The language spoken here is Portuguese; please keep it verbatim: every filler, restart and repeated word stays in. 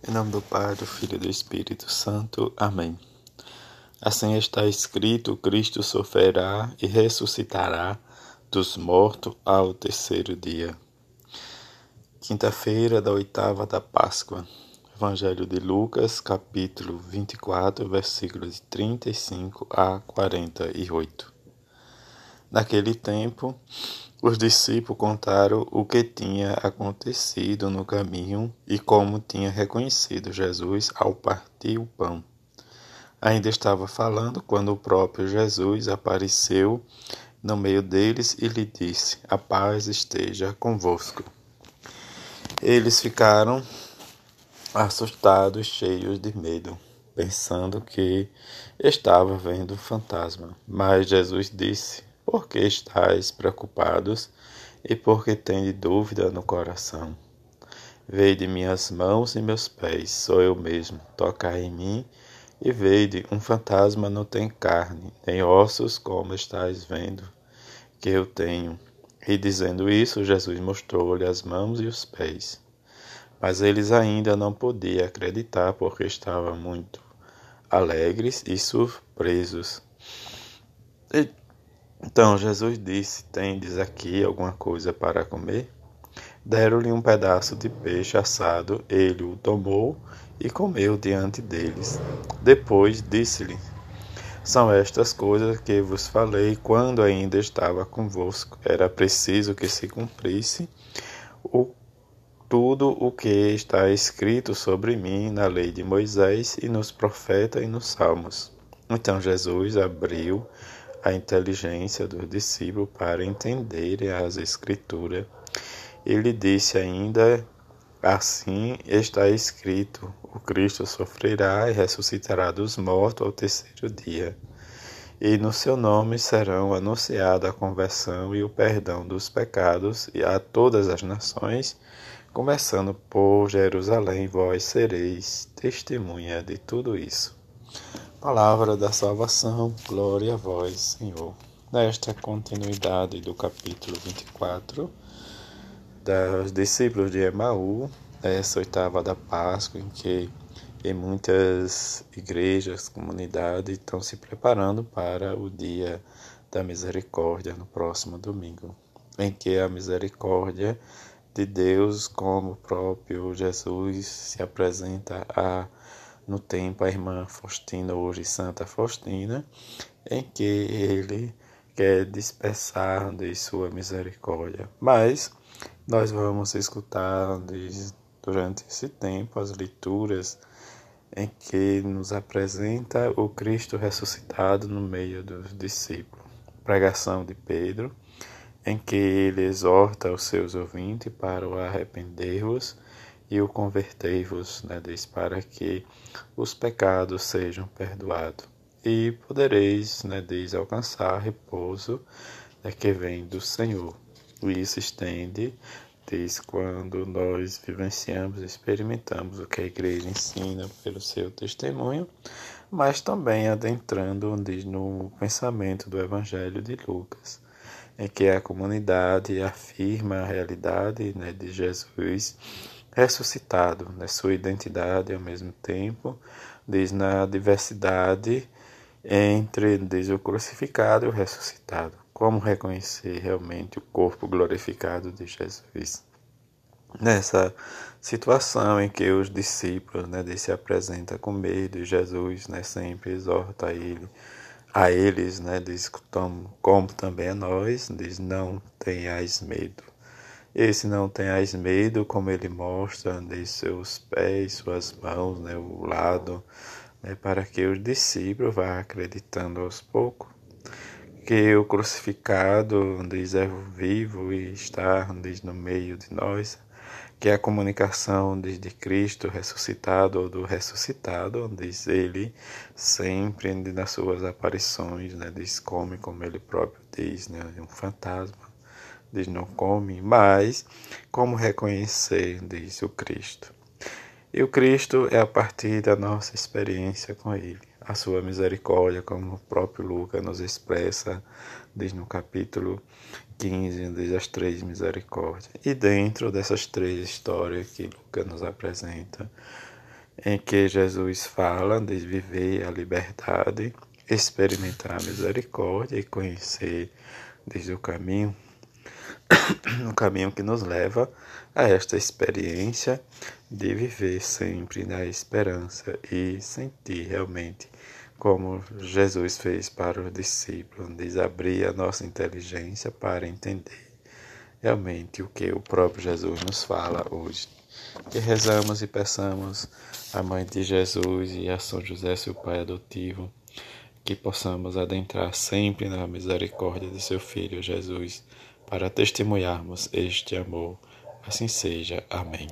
Em nome do Pai, do Filho e do Espírito Santo. Amém. Assim está escrito: Cristo sofrerá e ressuscitará dos mortos ao terceiro dia. Quinta-feira da oitava da Páscoa. Evangelho de Lucas, capítulo vinte e quatro, versículos de trinta e cinco a quarenta e oito. Naquele tempo, os discípulos contaram o que tinha acontecido no caminho e como tinha reconhecido Jesus ao partir o pão. Ainda estava falando quando o próprio Jesus apareceu no meio deles e lhe disse: A paz esteja convosco. Eles ficaram assustados, cheios de medo, pensando que estava vendo um fantasma. Mas Jesus disse: Por que estáis preocupados e por que tendes dúvida no coração? Vede minhas mãos e meus pés, sou eu mesmo. Tocai em mim e vede, um fantasma não tem carne, nem ossos, como estáis vendo que eu tenho. E dizendo isso, Jesus mostrou-lhe as mãos e os pés. Mas eles ainda não podiam acreditar, porque estavam muito alegres e surpresos. E, então Jesus disse: Tendes aqui alguma coisa para comer? Deram-lhe um pedaço de peixe assado, ele o tomou e comeu diante deles. Depois disse-lhe: São estas coisas que vos falei quando ainda estava convosco. Era preciso que se cumprisse o, tudo o que está escrito sobre mim na lei de Moisés e nos profetas e nos salmos. Então Jesus abriu a inteligência dos discípulos para entenderem as escrituras. Ele disse ainda: Assim está escrito: o Cristo sofrerá e ressuscitará dos mortos ao terceiro dia. E no seu nome serão anunciada a conversão e o perdão dos pecados a todas as nações, começando por Jerusalém. Vós sereis testemunha de tudo isso. Palavra da salvação, glória a vós, Senhor. Nesta continuidade do capítulo vinte e quatro, dos discípulos de Emaú, essa oitava da Páscoa, em que em muitas igrejas, comunidades estão se preparando para o dia da misericórdia no próximo domingo, em que a misericórdia de Deus, como o próprio Jesus se apresenta a, no templo, a irmã Faustina, hoje Santa Faustina, em que ele quer dispersar de sua misericórdia. Mas nós vamos escutar durante esse tempo as leituras em que nos apresenta o Cristo ressuscitado no meio dos discípulos. Pregação de Pedro, em que ele exorta os seus ouvintes para o arrepender-vos e o converter-vos, né, diz, para que os pecados sejam perdoados. E podereis, né, diz, alcançar repouso, né, que vem do Senhor. E isso estende, diz, quando nós vivenciamos, experimentamos o que a igreja ensina pelo seu testemunho, mas também adentrando, diz, no pensamento do Evangelho de Lucas, em que a comunidade afirma a realidade, né, de Jesus ressuscitado, na sua identidade ao mesmo tempo, diz, na diversidade entre, diz, o crucificado e o ressuscitado. Como reconhecer realmente o corpo glorificado de Jesus? Nessa situação em que os discípulos, né, se apresentam com medo, e Jesus, né, sempre exorta a, ele, a eles, né, diz, como também a nós, diz: não tenhais medo. Esse não tenhais medo, como ele mostra, diz, seus pés, suas mãos, né, o lado, né, para que os discípulos vá acreditando aos poucos que o crucificado, diz, é vivo e está, diz, no meio de nós, que é a comunicação, diz, de Cristo ressuscitado ou do ressuscitado, diz ele sempre nas suas aparições, né, diz, come como ele próprio diz, né, um fantasma, diz, não come, mas como reconhecer, diz, o Cristo. E o Cristo é a partir da nossa experiência com ele. A sua misericórdia, como o próprio Lucas nos expressa, diz no capítulo quinze, diz as três misericórdias. E dentro dessas três histórias que Lucas nos apresenta, em que Jesus fala de viver a liberdade, experimentar a misericórdia e conhecer desde o caminho, um caminho que nos leva a esta experiência de viver sempre na esperança e sentir realmente como Jesus fez para os discípulos, desabrir a nossa inteligência para entender realmente o que o próprio Jesus nos fala hoje. Que rezamos e peçamos à Mãe de Jesus e a São José, seu Pai adotivo, que possamos adentrar sempre na misericórdia de seu Filho Jesus, para testemunharmos este amor. Assim seja. Amém.